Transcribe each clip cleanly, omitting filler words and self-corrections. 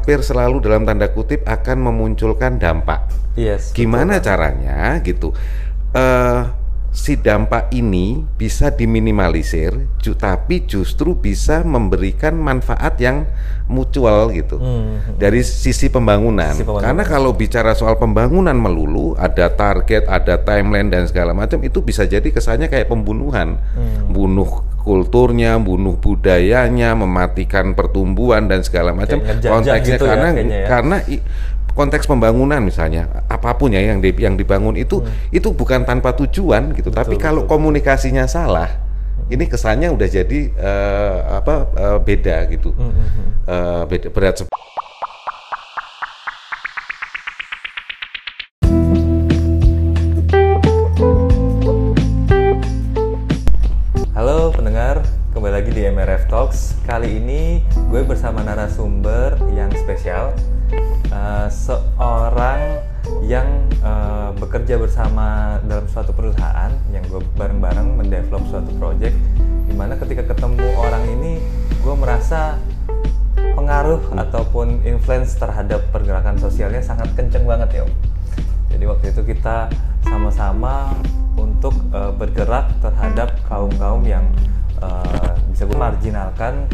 hampir selalu dalam tanda kutip akan memunculkan dampak. Yes. Gimana caranya gitu? Si dampak ini bisa diminimalisir, tapi justru bisa memberikan manfaat yang mutual gitu dari sisi pembangunan. Karena kalau bicara soal pembangunan melulu, ada target, ada timeline dan segala macam, itu bisa jadi kesannya kayak pembunuhan, bunuh kulturnya, bunuh budayanya, mematikan pertumbuhan dan segala macam. Konteksnya gitu karena konteks pembangunan misalnya apapun ya yang dibangun itu bukan tanpa tujuan gitu. Betul, tapi kalau komunikasinya salah, ini kesannya udah jadi beda gitu. Beda berat. Halo pendengar, kembali lagi di MRF Talks. Kali ini gue bersama narasumber yang spesial. Seorang yang bekerja bersama dalam suatu perusahaan yang gue bareng-bareng mendevelop suatu project, dimana ketika ketemu orang ini gue merasa pengaruh ataupun influence terhadap pergerakan sosialnya sangat kenceng banget ya Om. Jadi waktu itu kita sama-sama untuk bergerak terhadap kaum-kaum yang bisa gue marginalkan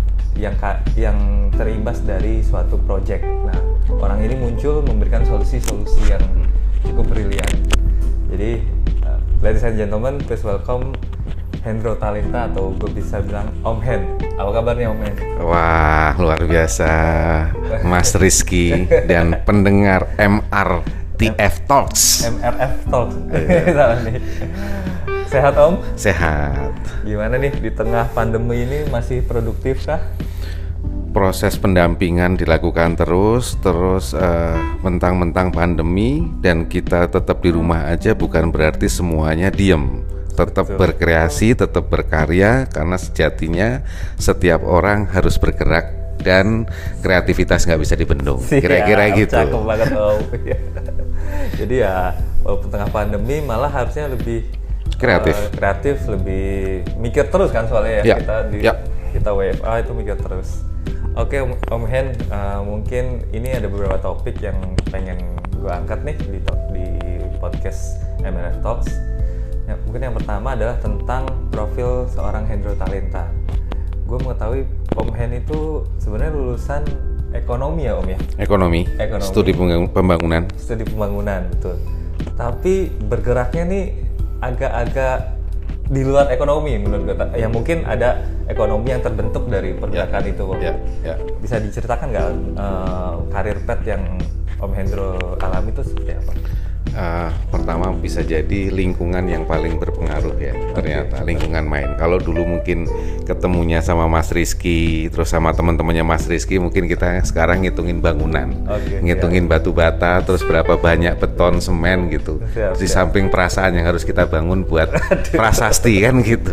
yang terimbas dari suatu project. Nah, orang ini muncul memberikan solusi-solusi yang cukup brilian. Jadi, ladies and gentlemen, please welcome Hendro Talenta, atau gue bisa bilang Om Hen. Apa kabarnya Om Hen? Wah, luar biasa, Mas Rizky dan pendengar MRTF Talks. MRF Talks. Salah nih. Sehat Om? Sehat. Gimana nih di tengah pandemi ini, masih produktif kah? Proses pendampingan dilakukan terus mentang-mentang pandemi dan kita tetap di rumah aja bukan berarti semuanya diem. Tetap berkreasi, tetap berkarya, karena sejatinya setiap orang harus bergerak dan kreativitas nggak bisa dibendung. Kira-kira gitu. Cakep banget Om. Jadi ya walaupun tengah pandemi malah harusnya lebih kreatif, lebih mikir terus kan soalnya ya. Kita WFA itu mikir terus. Oke Om Hen, mungkin ini ada beberapa topik yang pengen gue angkat nih di podcast MRF Talks. Ya, mungkin yang pertama adalah tentang profil seorang Hendro Talenta. Gue mengetahui Om Hen itu sebenarnya lulusan ekonomi ya Om ya? Ekonomi. Studi pembangunan. Studi pembangunan, betul. Tapi bergeraknya nih agak-agak di luar ekonomi menurut gue. Ya mungkin ada ekonomi yang terbentuk dari pergerakan itu. Bisa diceritakan nggak karir path yang Om Hendro alami itu seperti apa? Pertama bisa jadi lingkungan yang paling berpengaruh ya, ternyata lingkungan main. Kalau dulu mungkin ketemunya sama Mas Rizky, terus sama teman-temannya Mas Rizky, mungkin kita sekarang ngitungin bangunan, ngitungin batu bata, terus berapa banyak beton, semen gitu. Di samping perasaan yang harus kita bangun buat prasasti kan gitu.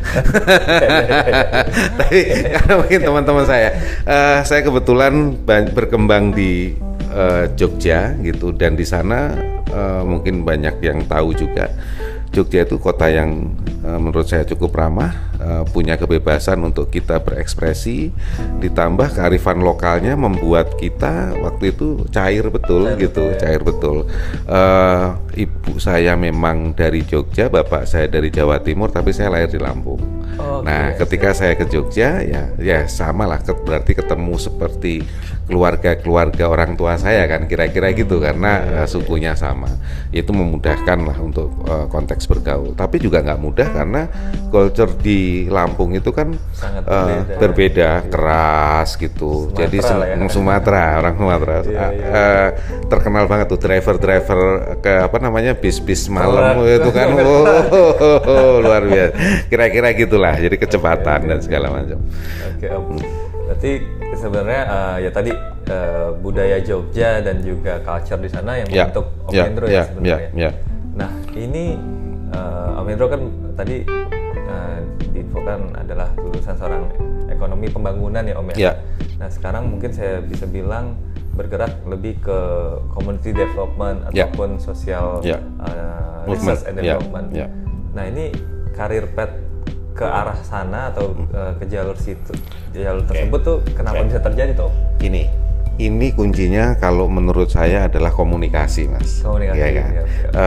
Tapi karena mungkin teman-teman saya kebetulan berkembang di Jogja gitu, dan di sana mungkin banyak yang tahu juga Jogja itu kota yang menurut saya cukup ramah, punya kebebasan untuk kita berekspresi, ditambah kearifan lokalnya membuat kita waktu itu cair betul. Ibu saya memang dari Jogja, bapak saya dari Jawa Timur, tapi saya lahir di Lampung. Ketika saya ke Jogja ya sama lah, berarti ketemu seperti keluarga orang tua saya kan, kira-kira gitu, karena sukunya sama. Itu memudahkan lah untuk konteks bergaul, tapi juga nggak mudah karena culture di Lampung itu kan berbeda, keras gitu. Jadi orang Sumatera terkenal banget tuh driver ke bis malam itu kan, luar biasa. Kira-kira gitulah, jadi kecepatan dan segala macam. Oke Om. Berarti sebenarnya ya tadi budaya Jogja dan juga culture di sana yang membentuk Om Hendro ya sebenarnya. Nah ini Om Hendro kan tadi diinfokan adalah lulusan seorang ekonomi pembangunan ya Om ya. Nah sekarang mungkin saya bisa bilang bergerak lebih ke community development ataupun social research and development. Nah ini karir path ke arah sana atau ke jalur tersebut tuh kenapa bisa terjadi tuh? Gini, Ini kuncinya kalau menurut saya adalah komunikasi, Mas. Komunikasi, Ya kan? ya.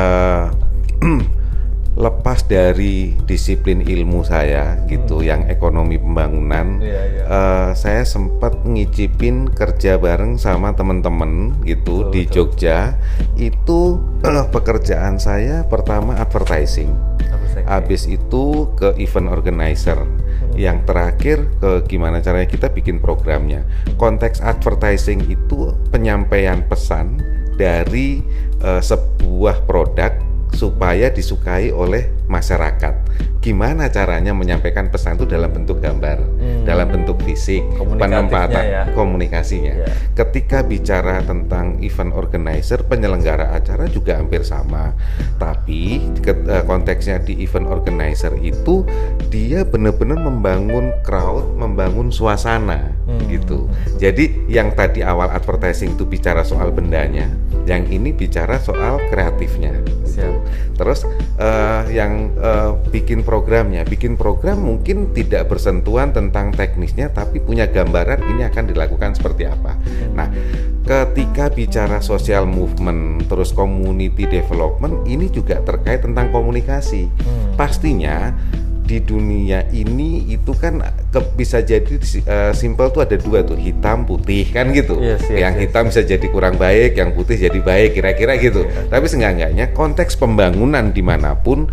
Lepas dari disiplin ilmu saya gitu, yang ekonomi pembangunan, saya sempat ngicipin kerja bareng sama teman-teman gitu di Jogja. Itu pekerjaan saya pertama advertising, habis itu ke event organizer, yang terakhir ke gimana caranya kita bikin programnya. Konteks advertising itu penyampaian pesan dari sebuah produk supaya disukai oleh masyarakat. Gimana caranya menyampaikan pesan itu dalam bentuk gambar, dalam bentuk fisik, penempatan, komunikasinya. Ketika bicara tentang event organizer, penyelenggara acara juga hampir sama. Tapi konteksnya di event organizer itu dia benar-benar membangun crowd, membangun suasana gitu. Jadi yang tadi awal advertising itu bicara soal bendanya, yang ini bicara soal kreatifnya. Terus yang bikin program mungkin tidak bersentuhan tentang teknisnya, tapi punya gambaran ini akan dilakukan seperti apa. Nah, ketika bicara social movement, terus community development, ini juga terkait tentang komunikasi. Pastinya di dunia ini itu kan bisa jadi simpel tuh ada dua tuh, hitam putih kan gitu. Yang hitam bisa jadi kurang baik, yang putih jadi baik, kira-kira gitu. Tapi seenggak-enggaknya konteks pembangunan dimanapun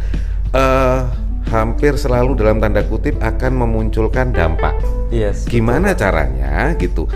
hampir selalu dalam tanda kutip akan memunculkan dampak. Gimana caranya gitu?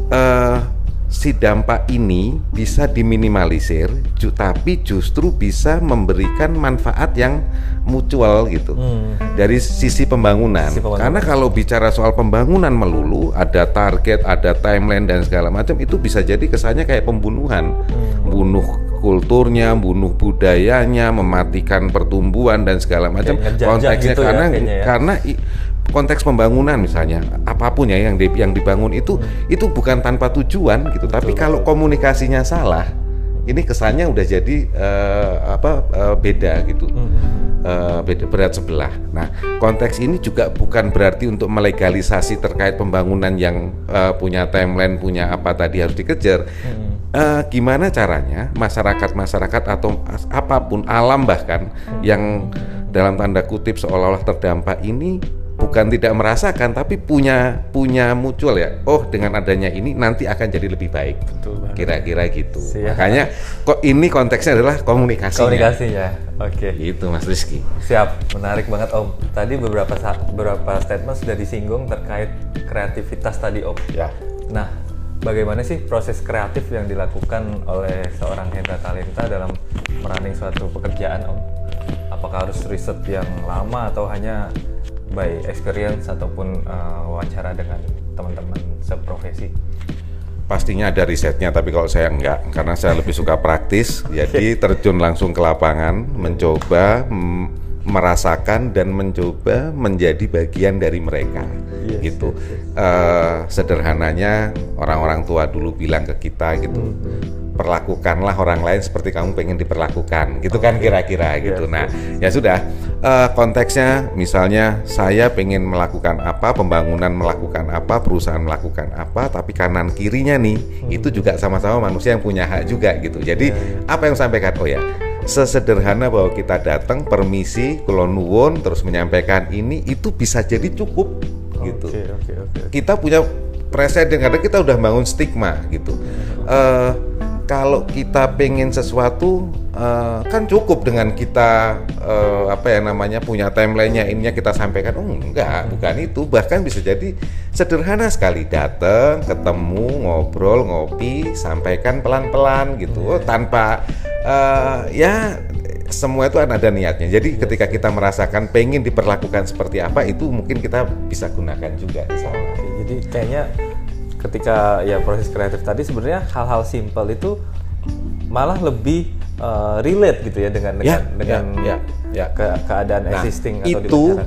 Si dampak ini bisa diminimalisir, tapi justru bisa memberikan manfaat yang mutual gitu dari sisi pembangunan. Karena kalau bicara soal pembangunan melulu, ada target, ada timeline dan segala macam, itu bisa jadi kesannya kayak pembunuhan, bunuh kulturnya, bunuh budayanya, mematikan pertumbuhan dan segala macam. Konteksnya gitu karena konteks pembangunan misalnya apapun ya yang dibangun itu bukan tanpa tujuan gitu. Tapi kalau komunikasinya salah, ini kesannya udah jadi beda gitu, beda berat sebelah. Nah, konteks ini juga bukan berarti untuk melegalisasi terkait pembangunan yang punya timeline, punya apa tadi harus dikejar. Gimana caranya masyarakat atau apapun alam bahkan yang dalam tanda kutip seolah-olah terdampak ini bukan tidak merasakan, tapi punya mutual ya. Oh, dengan adanya ini nanti akan jadi lebih baik. Kira-kira gitu. Makanya kok ini konteksnya adalah komunikasinya. Oke. Itu Mas Rizky. Siap, menarik banget Om. Tadi beberapa statement sudah disinggung terkait kreativitas tadi Om. Ya. Nah, bagaimana sih proses kreatif yang dilakukan oleh seorang Hendra Talenta dalam merunning suatu pekerjaan Om? Apakah harus riset yang lama atau hanya by experience ataupun wawancara dengan teman-teman seprofesi? Pastinya ada risetnya, tapi kalau saya enggak, karena saya lebih suka praktis. Jadi terjun langsung ke lapangan, mencoba merasakan dan mencoba menjadi bagian dari mereka. Gitu. Sederhananya orang-orang tua dulu bilang ke kita gitu, perlakukanlah orang lain seperti kamu pengen diperlakukan, gitu kan kira-kira gitu. Nah, ya sudah, konteksnya misalnya saya pengen melakukan apa, pembangunan melakukan apa, perusahaan melakukan apa, tapi kanan kirinya nih itu juga sama-sama manusia yang punya hak juga gitu. Jadi apa yang saya sampaikan? Oh ya, sesederhana bahwa kita datang, permisi, kulon nuwun, terus menyampaikan ini, itu bisa jadi cukup gitu. Kita punya presiden, karena kita udah bangun stigma gitu. Kalau kita pengen sesuatu kan cukup dengan kita punya timelinenya, ininya kita sampaikan. Enggak, bukan itu. Bahkan bisa jadi sederhana sekali, datang, ketemu, ngobrol, ngopi, sampaikan pelan-pelan gitu, tanpa semua itu ada niatnya. Jadi ketika kita merasakan pengen diperlakukan seperti apa, itu mungkin kita bisa gunakan juga di sana. Jadi kayaknya ketika ya proses kreatif tadi sebenarnya hal-hal simpel itu malah lebih relate gitu ya dengan keadaan existing atau di masyarakat.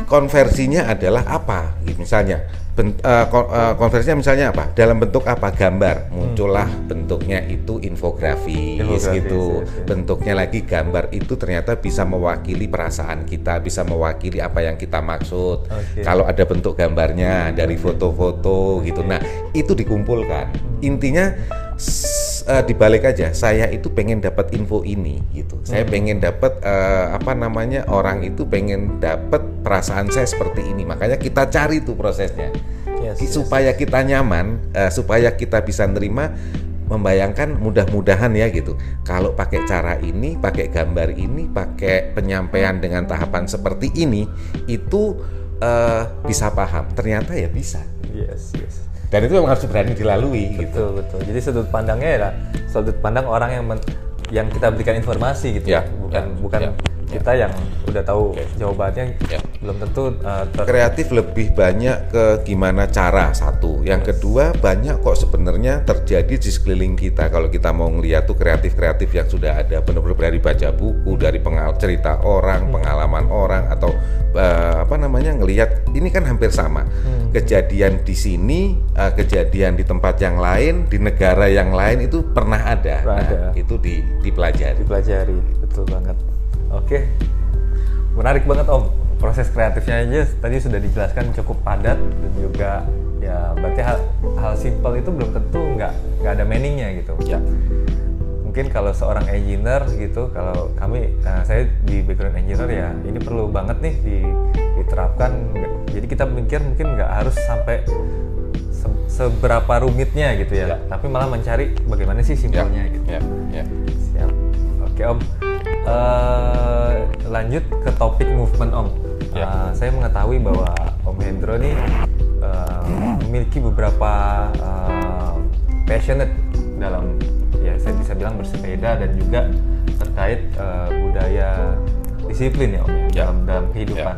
konversinya adalah apa? Misalnya konversinya misalnya apa? Dalam bentuk apa? Gambar. Muncullah bentuknya itu infografis gitu. Yes. Bentuknya lagi gambar itu ternyata bisa mewakili perasaan kita, bisa mewakili apa yang kita maksud. Kalau ada bentuk gambarnya dari foto-foto gitu. Nah, itu dikumpulkan. Intinya dibalik aja, saya itu pengen dapat info ini gitu. Saya pengen dapat orang itu pengen dapat perasaan saya seperti ini. Makanya kita cari tuh prosesnya. Supaya kita nyaman, supaya kita bisa nerima, membayangkan mudah-mudahan ya gitu. Kalau pakai cara ini, pakai gambar ini, pakai penyampaian dengan tahapan seperti ini, itu bisa paham. Ternyata ya bisa. Yes. Dan itu memang harus berani dilalui. Betul. Jadi sudut pandangnya ya sudut pandang orang yang kita berikan informasi gitu. Bukan kita yang udah tahu jawabannya. Belum tentu kreatif lebih banyak ke gimana cara satu. Yang kedua, banyak kok sebenarnya terjadi di sekeliling kita. Kalau kita mau ngeliat tuh kreatif yang sudah ada, benar-benar dari baca buku, dari cerita orang, pengalaman orang, atau ngelihat ini kan hampir sama. Kejadian di sini, kejadian di tempat yang lain, di negara yang lain itu pernah ada. Nah, itu dipelajari. Betul banget. Oke, menarik banget Om. Proses kreatifnya aja tadi sudah dijelaskan cukup padat, dan juga ya berarti hal simpel itu belum tentu nggak ada meaningnya gitu. Mungkin kalau seorang engineer gitu, kalau saya di background engineer ya ini perlu banget nih diterapkan. Jadi kita mikir mungkin nggak harus sampai seberapa rumitnya gitu ya, tapi malah mencari bagaimana sih simpelnya gitu. Siap. Oke Om. Lanjut ke topik movement Om. Saya mengetahui bahwa Om Hendro nih memiliki beberapa passionate dalam, ya saya bisa bilang bersepeda, dan juga terkait budaya disiplin ya Om dalam kehidupan.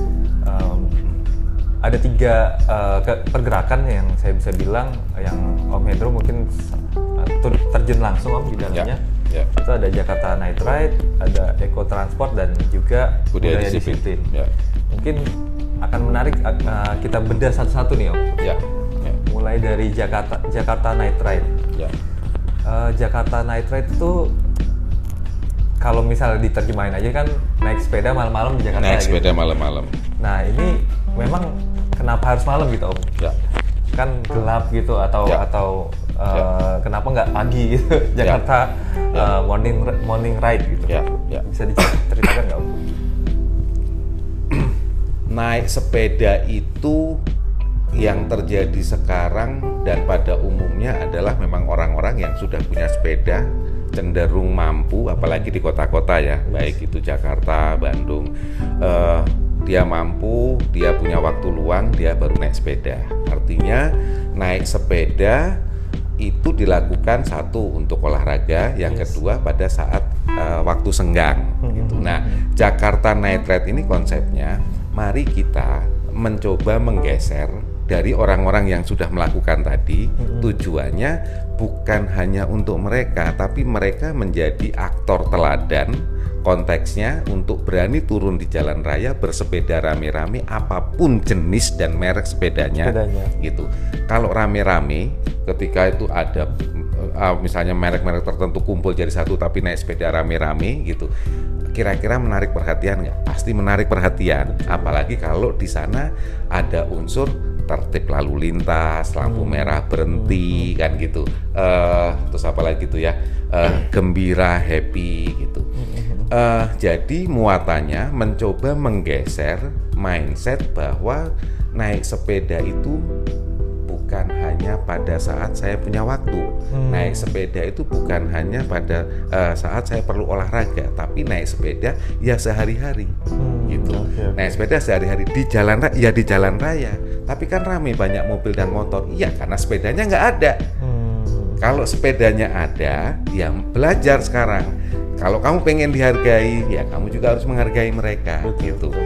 Ada 3 pergerakan yang saya bisa bilang yang Om Hendro mungkin terjun langsung Om di dalamnya. Itu ada Jakarta Night Ride, ada Eco Transport, dan juga budaya disiplin. Mungkin akan menarik kita bedah satu-satu nih Om. Mulai dari Jakarta Night Ride. Jakarta Night Ride itu kalau misalnya diterjemahin aja kan naik sepeda malam-malam di Jakarta. Naik sepeda malam-malam. Nah ini memang kenapa harus malam gitu Om? Kan gelap gitu atau kenapa nggak pagi gitu Jakarta morning ride gitu. Bisa diceritakan nggak Om? Naik sepeda itu yang terjadi sekarang dan pada umumnya adalah memang orang-orang yang sudah punya sepeda cenderung mampu, apalagi di kota-kota ya, baik itu Jakarta, Bandung. Dia mampu, dia punya waktu luang, dia baru naik sepeda. Artinya naik sepeda itu dilakukan satu untuk olahraga, yang kedua pada saat waktu senggang. Gitu. Nah, Jakarta Night Ride ini konsepnya, mari kita mencoba menggeser dari orang-orang yang sudah melakukan tadi. Tujuannya bukan hanya untuk mereka, tapi mereka menjadi aktor teladan. Konteksnya untuk berani turun di jalan raya bersepeda rame-rame, apapun jenis dan merek sepedanya. Gitu. Kalau rame-rame, ketika itu ada misalnya merek-merek tertentu kumpul jadi satu tapi naik sepeda rame-rame gitu, kira-kira menarik perhatian nggak? Pasti menarik perhatian. Apalagi kalau di sana ada unsur tertib lalu lintas, lampu merah berhenti kan gitu. Terus apa lagi tuh ya? Gembira, happy gitu. Jadi muatannya mencoba menggeser mindset bahwa naik sepeda itu bukan hanya pada saat saya punya waktu. Naik sepeda itu bukan hanya pada saat saya perlu olahraga, tapi naik sepeda ya sehari-hari. Gitu. Naik sepeda sehari-hari di jalan raya, ya di jalan raya. Tapi kan ramai banyak mobil dan motor. Iya, karena sepedanya nggak ada. Kalau sepedanya ada, ya belajar sekarang. Kalau kamu pengen dihargai, ya kamu juga harus menghargai mereka. Gitu.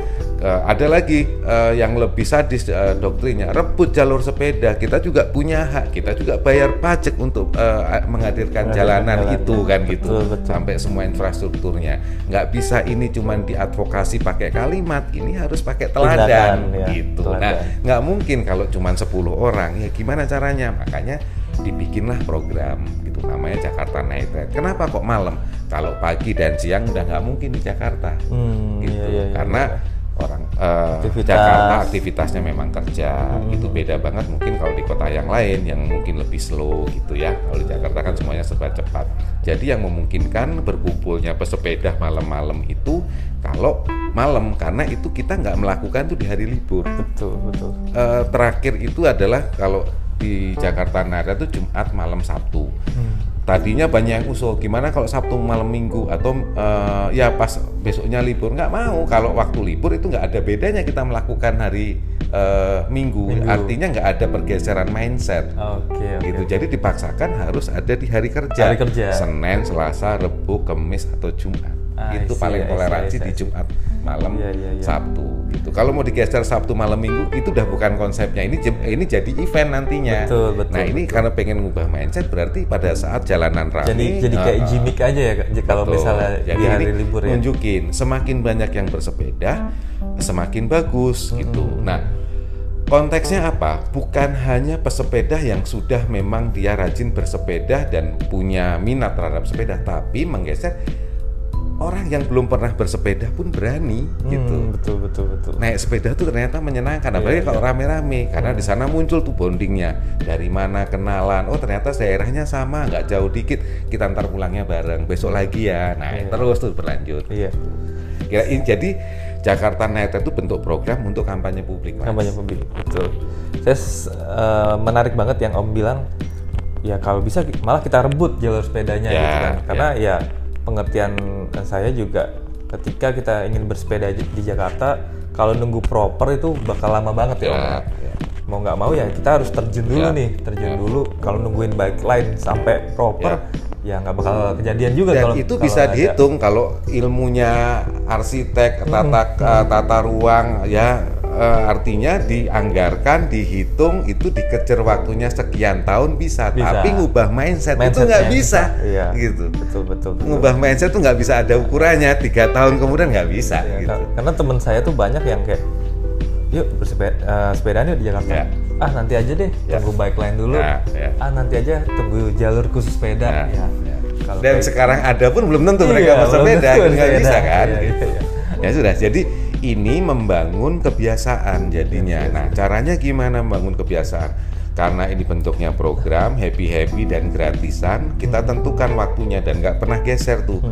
Ada lagi yang lebih sadis doktrinnya, rebut jalur sepeda. Kita juga punya hak, kita juga bayar pajak untuk menghadirkan jalanan itu kan gitu. Betul. Sampai semua infrastrukturnya. Nggak bisa ini cuman diadvokasi pakai kalimat, ini harus pakai teladan Tindakan, ya, gitu. teladan. Nah, nggak mungkin kalau cuman 10 orang, ya gimana caranya? Makanya dibikinlah program gitu, namanya Jakarta Night Ride. Kenapa kok malam? Kalau pagi dan siang udah nggak mungkin di Jakarta gitu, iya, karena orang Aktivitas. Jakarta aktivitasnya memang kerja. Itu beda banget mungkin kalau di kota yang lain yang mungkin lebih slow gitu ya. Kalau di Jakarta kan semuanya serba cepat. Jadi yang memungkinkan berkumpulnya pesepeda malam-malam itu kalau malam, karena itu kita nggak melakukan tuh di hari libur. Betul. Terakhir itu adalah kalau di Jakarta Nara itu Jumat malam Sabtu. Tadinya banyak yang usul, gimana kalau Sabtu malam Minggu atau ya pas besoknya libur. Nggak mau, kalau waktu libur itu nggak ada bedanya kita melakukan hari Minggu. Artinya nggak ada pergeseran mindset. Oke. Gitu. Jadi dipaksakan harus ada di hari kerja. Hari kerja. Senin, Selasa, Rebu, Kamis atau Jumat. Itu paling toleransi di Jumat malam Sabtu gitu. Kalau mau digeser Sabtu malam Minggu itu udah bukan konsepnya. Ini jadi event nantinya. Betul. Nah, ini karena pengen ngubah mindset, berarti pada saat jalanan ramai Jadi kayak gimmick aja ya kalau misalnya jadi di hari ini libur ya. nunjukin semakin banyak yang bersepeda semakin bagus gitu. Nah, konteksnya apa? Bukan hanya pesepeda yang sudah memang dia rajin bersepeda dan punya minat terhadap sepeda, tapi menggeser orang yang belum pernah bersepeda pun berani gitu. Betul. Naik sepeda tuh ternyata menyenangkan, apalagi kalau rame-rame, karena di sana muncul tuh bondingnya. Dari mana kenalan, oh ternyata daerahnya sama, nggak jauh dikit, kita ntar pulangnya bareng, besok lagi ya. Nah terus tuh berlanjut. Iya. Jadi Jakarta Night itu bentuk program untuk kampanye publik. Kampanye publik, betul. Saya menarik banget yang Om bilang, ya kalau bisa malah kita rebut jalur sepedanya gitu kan. Karena ya pengertian saya juga ketika kita ingin bersepeda di Jakarta, kalau nunggu proper itu bakal lama banget ya Om. Mau nggak mau ya kita harus terjun dulu terjun dulu. Kalau nungguin bike lane sampai proper, ya nggak bakal kejadian juga. Dan itu bisa dihitung kalau ilmunya arsitek, tata ruang ya. Artinya dianggarkan, dihitung, itu dikejar waktunya sekian tahun bisa. Tapi ngubah mindset itu nggak bisa, gitu. Betul. Ngubah mindset tuh nggak bisa ada ukurannya. 3 tahun kemudian nggak bisa. Ya, gitu. Karena teman saya tuh banyak yang kayak, yuk sepedaan yuk di Jakarta. Nanti aja deh, tunggu bike lane dulu. Nanti aja tunggu jalur khusus sepeda. Dan sekarang ada pun belum tentu mereka bersepeda, nggak bisa kan? Ya sudah, jadi ini membangun kebiasaan jadinya. Nah, caranya gimana membangun kebiasaan? Karena ini bentuknya program happy dan gratisan, kita tentukan waktunya dan nggak pernah geser tuh.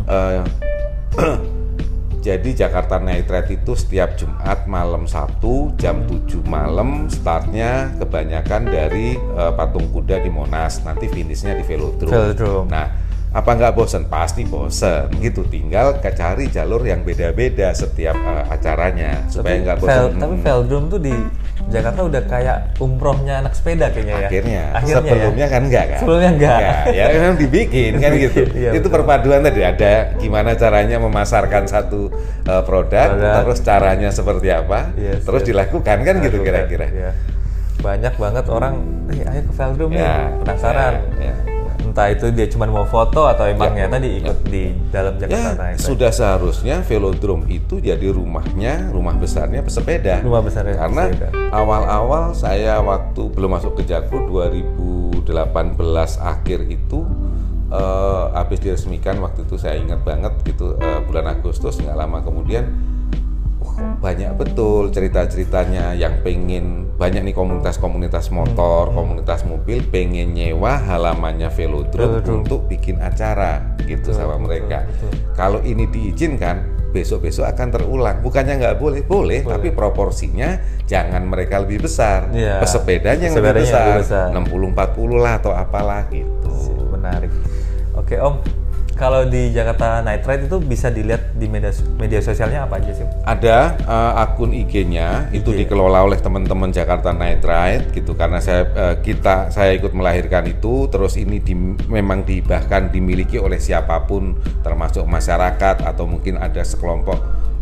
Jadi Jakarta Night Ride itu setiap Jumat malam Sabtu jam 7 malam, startnya kebanyakan dari Patung Kuda di Monas, nanti finishnya di Velodrome. Nah, apa nggak bosen? Pasti bosen gitu. Tinggal cari jalur yang beda-beda setiap acaranya supaya nggak bosen. Tapi Velodrome tuh di Jakarta udah kayak umrohnya anak sepeda kayaknya ya. Akhirnya sebelumnya kan enggak kan? Sebelumnya enggak. Ya memang dibikin kan gitu. Itu perpaduan tadi, ada gimana caranya memasarkan satu produk, terus caranya seperti apa, terus dilakukan kan gitu kira-kira. Banyak banget orang, ayo ke Velodrome nih, penasaran. Entah itu dia cuma mau foto atau emangnya tadi ikut di dalam Jakarta Night Ride. Sudah seharusnya Velodrome itu jadi rumah besarnya pesepeda. Rumah besarnya karena pesepeda. Awal-awal saya waktu belum masuk ke Jakpro 2018 akhir itu habis diresmikan, waktu itu saya ingat banget gitu, bulan Agustus, nggak lama kemudian banyak betul cerita-ceritanya yang pengen, banyak nih komunitas motor, komunitas mobil pengen nyewa halamannya Velodrome untuk bikin acara gitu sama mereka. Kalau ini diizinkan, besok-besok akan terulang. Bukannya nggak boleh, tapi proporsinya jangan mereka lebih besar, pesepedanya yang lebih besar, 60-40 lah atau apalah gitu. Menarik. Oke Om, kalau di Jakarta Night Ride itu bisa dilihat di media sosialnya apa aja sih? Ada akun IG-nya, itu dikelola oleh teman-teman Jakarta Night Ride gitu, karena saya ikut melahirkan itu. Terus ini memang bahkan dimiliki oleh siapapun, termasuk masyarakat atau mungkin ada sekelompok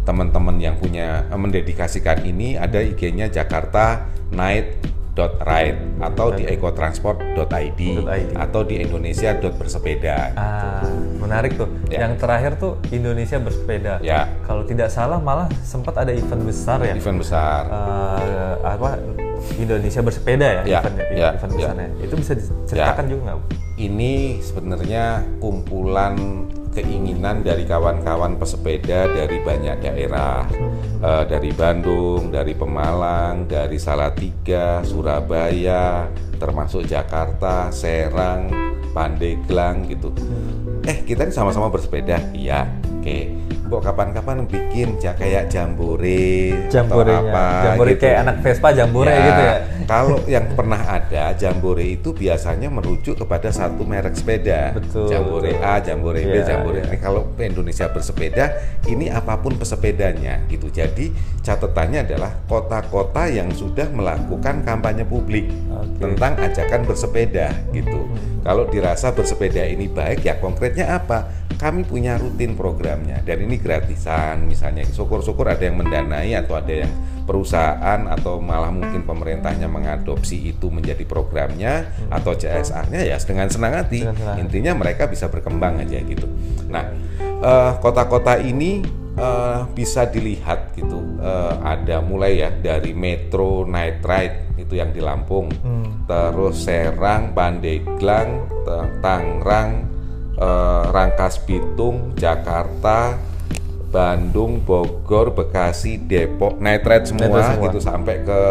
teman-teman yang punya mendedikasikan ini, ada IG-nya Jakarta Night.ride atau di ecotransport.id atau di Indonesia.bersepeda. Menarik tuh. Yang terakhir tuh Indonesia bersepeda. Kalau tidak salah malah sempat ada event besar ya. Event besar. Indonesia bersepeda ya. Event besarnya. Itu bisa diceritakan juga nggak? Ini sebenarnya kumpulan keinginan dari kawan-kawan pesepeda dari banyak daerah, dari Bandung, dari Pemalang, dari Salatiga, Surabaya, termasuk Jakarta, Serang, Pandeglang gitu. Kita ini sama-sama bersepeda, iya, oke. Kok kapan-kapan bikin kayak jambore atau apa jambore gitu. Kayak anak Vespa jambore gitu ya. Kalau yang pernah ada jambore itu biasanya merujuk kepada satu merek sepeda. Betul. Jambore A, jambore B, jambore. Kalau Indonesia bersepeda, ini apapun pesepedanya gitu. Jadi catatannya adalah kota-kota yang sudah melakukan kampanye publik tentang ajakan bersepeda gitu. Kalau dirasa bersepeda ini baik, ya konkretnya apa? Kami punya rutin programnya dan ini gratisan misalnya. Syukur-syukur ada yang mendanai atau ada yang perusahaan atau malah mungkin pemerintahnya mengadopsi itu menjadi programnya atau CSR-nya, ya dengan senang hati. Intinya mereka bisa berkembang aja gitu. Nah, kota-kota ini bisa dilihat gitu. Ada mulai ya dari Metro Night Ride itu yang di Lampung, terus Serang, Pandeglang, Tangerang, Rangkas Bitung, Jakarta, Bandung, Bogor, Bekasi, Depok, Night Ride semua gitu sampai ke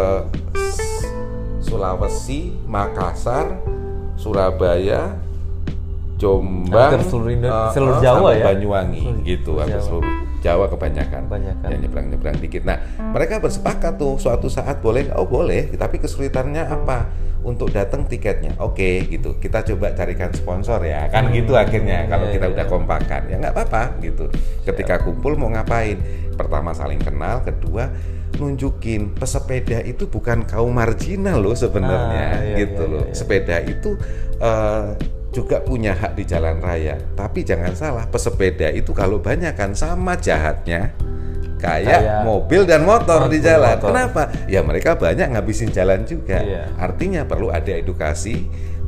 Sulawesi, Makassar, Surabaya, Jombang, seluruh Jawa ya, Banyuwangi gitu, hampir seluruh Jawa kebanyakan. Ya nyebrang-nyebrang dikit. Nah, mereka bersepakat tuh suatu saat boleh, boleh, tapi kesulitannya apa? Untuk datang tiketnya, oke gitu. Kita coba carikan sponsor ya, kan gitu akhirnya. Kalau kita udah kompakan, ya nggak apa-apa gitu. Ketika kumpul mau ngapain? Pertama saling kenal, kedua nunjukin pesepeda itu bukan kaum marginal loh sebenarnya, gitu loh. Sepeda itu juga punya hak di jalan raya. Tapi jangan salah, pesepeda itu kalau banyak kan sama jahatnya kayak mobil dan motor di jalan. Kenapa? Ya mereka banyak ngabisin jalan juga. Artinya perlu ada edukasi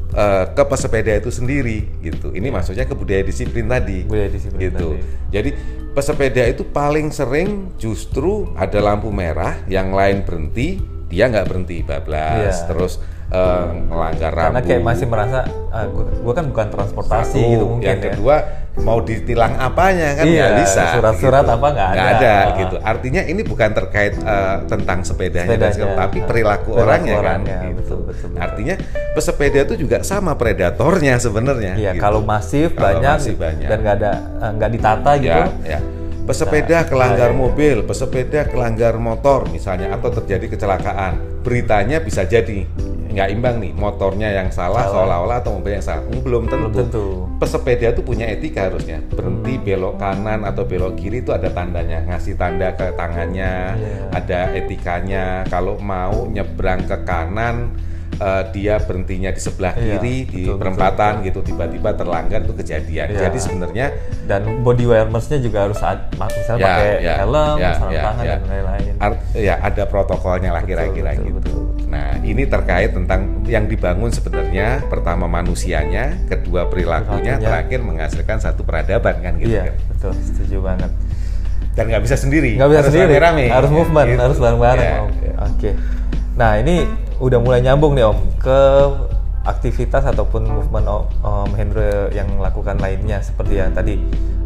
ke pesepeda itu sendiri gitu. Ini maksudnya ke budaya disiplin tadi. Gitu. Jadi pesepeda itu paling sering justru ada lampu merah, yang lain berhenti, dia nggak berhenti, bablas. Terus melanggar rambu. Karena kayak masih merasa gue kan bukan transportasi gitu mungkin. Yang kedua mau ditilang apanya kan nggak bisa. Surat-surat gitu. apa nggak ada. Gitu. Artinya ini bukan terkait tentang sepedanya tapi perilaku orangnya kan. Gitu. Betul. Artinya pesepeda itu juga sama predatornya sebenarnya. Iya, gitu. Kalau masif banyak dan nggak ditata gitu. Ya. Pesepeda kelanggar mobil, pesepeda kelanggar motor misalnya, atau terjadi kecelakaan, beritanya bisa jadi nggak imbang nih, motornya yang salah seolah-olah atau mobilnya yang salah. Belum tentu. Pesepeda itu punya etika harusnya. Berhenti belok kanan atau belok kiri itu ada tandanya, ngasih tanda ke tangannya, ada etikanya. Kalau mau nyebrang ke kanan, dia berhentinya di sebelah kiri di perempatan gitu, tiba-tiba terlanggar, itu kejadian. Jadi sebenarnya dan body awareness-nya juga harus misalnya pakai helm, sarung tangan dan lain-lain. Ada protokolnya lah kira-kira gitu. Betul. Nah, ini terkait tentang yang dibangun sebenarnya, pertama manusianya, kedua perilakunya, terakhir menghasilkan satu peradaban kan gitu. Iya, betul, setuju banget. Dan nggak bisa sendiri. Harus rame-rame. Harus movement, gitu. Harus bareng-bareng. Oke. Nah, ini udah mulai nyambung nih Om ke aktivitas ataupun movement Om Hendro yang lakukan lainnya seperti yang tadi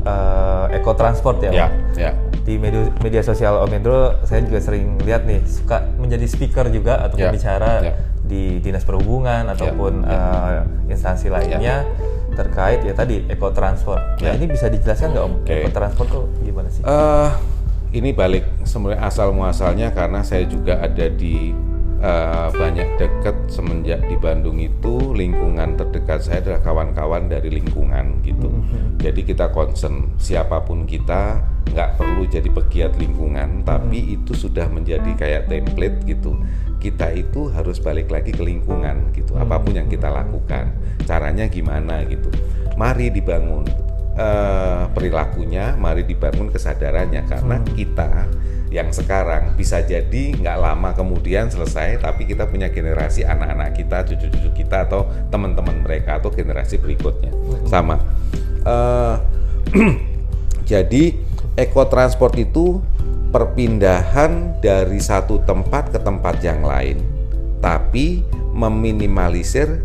ekotransport ya. Di media sosial Om Hendro saya juga sering lihat nih, suka menjadi speaker juga atau berbicara di dinas perhubungan ataupun instansi lainnya terkait ya tadi ekotransport. Nah, ini bisa dijelaskan nggak Om? Ekotransport tuh gimana sih? Ini balik sebenarnya asal muasalnya karena saya juga ada di banyak dekat semenjak di Bandung itu, lingkungan terdekat saya adalah kawan-kawan dari lingkungan gitu. Jadi kita concern siapapun kita, nggak perlu jadi pegiat lingkungan, tapi itu sudah menjadi kayak template gitu. Kita itu harus balik lagi ke lingkungan gitu. Apapun yang kita lakukan, caranya gimana gitu. Mari dibangun. perilakunya, mari dibangun kesadarannya, karena kita yang sekarang bisa jadi nggak lama kemudian selesai, tapi kita punya generasi anak-anak kita, cucu-cucu kita, atau teman-teman mereka, atau generasi berikutnya sama. Jadi ekotransport itu perpindahan dari satu tempat ke tempat yang lain, tapi meminimalisir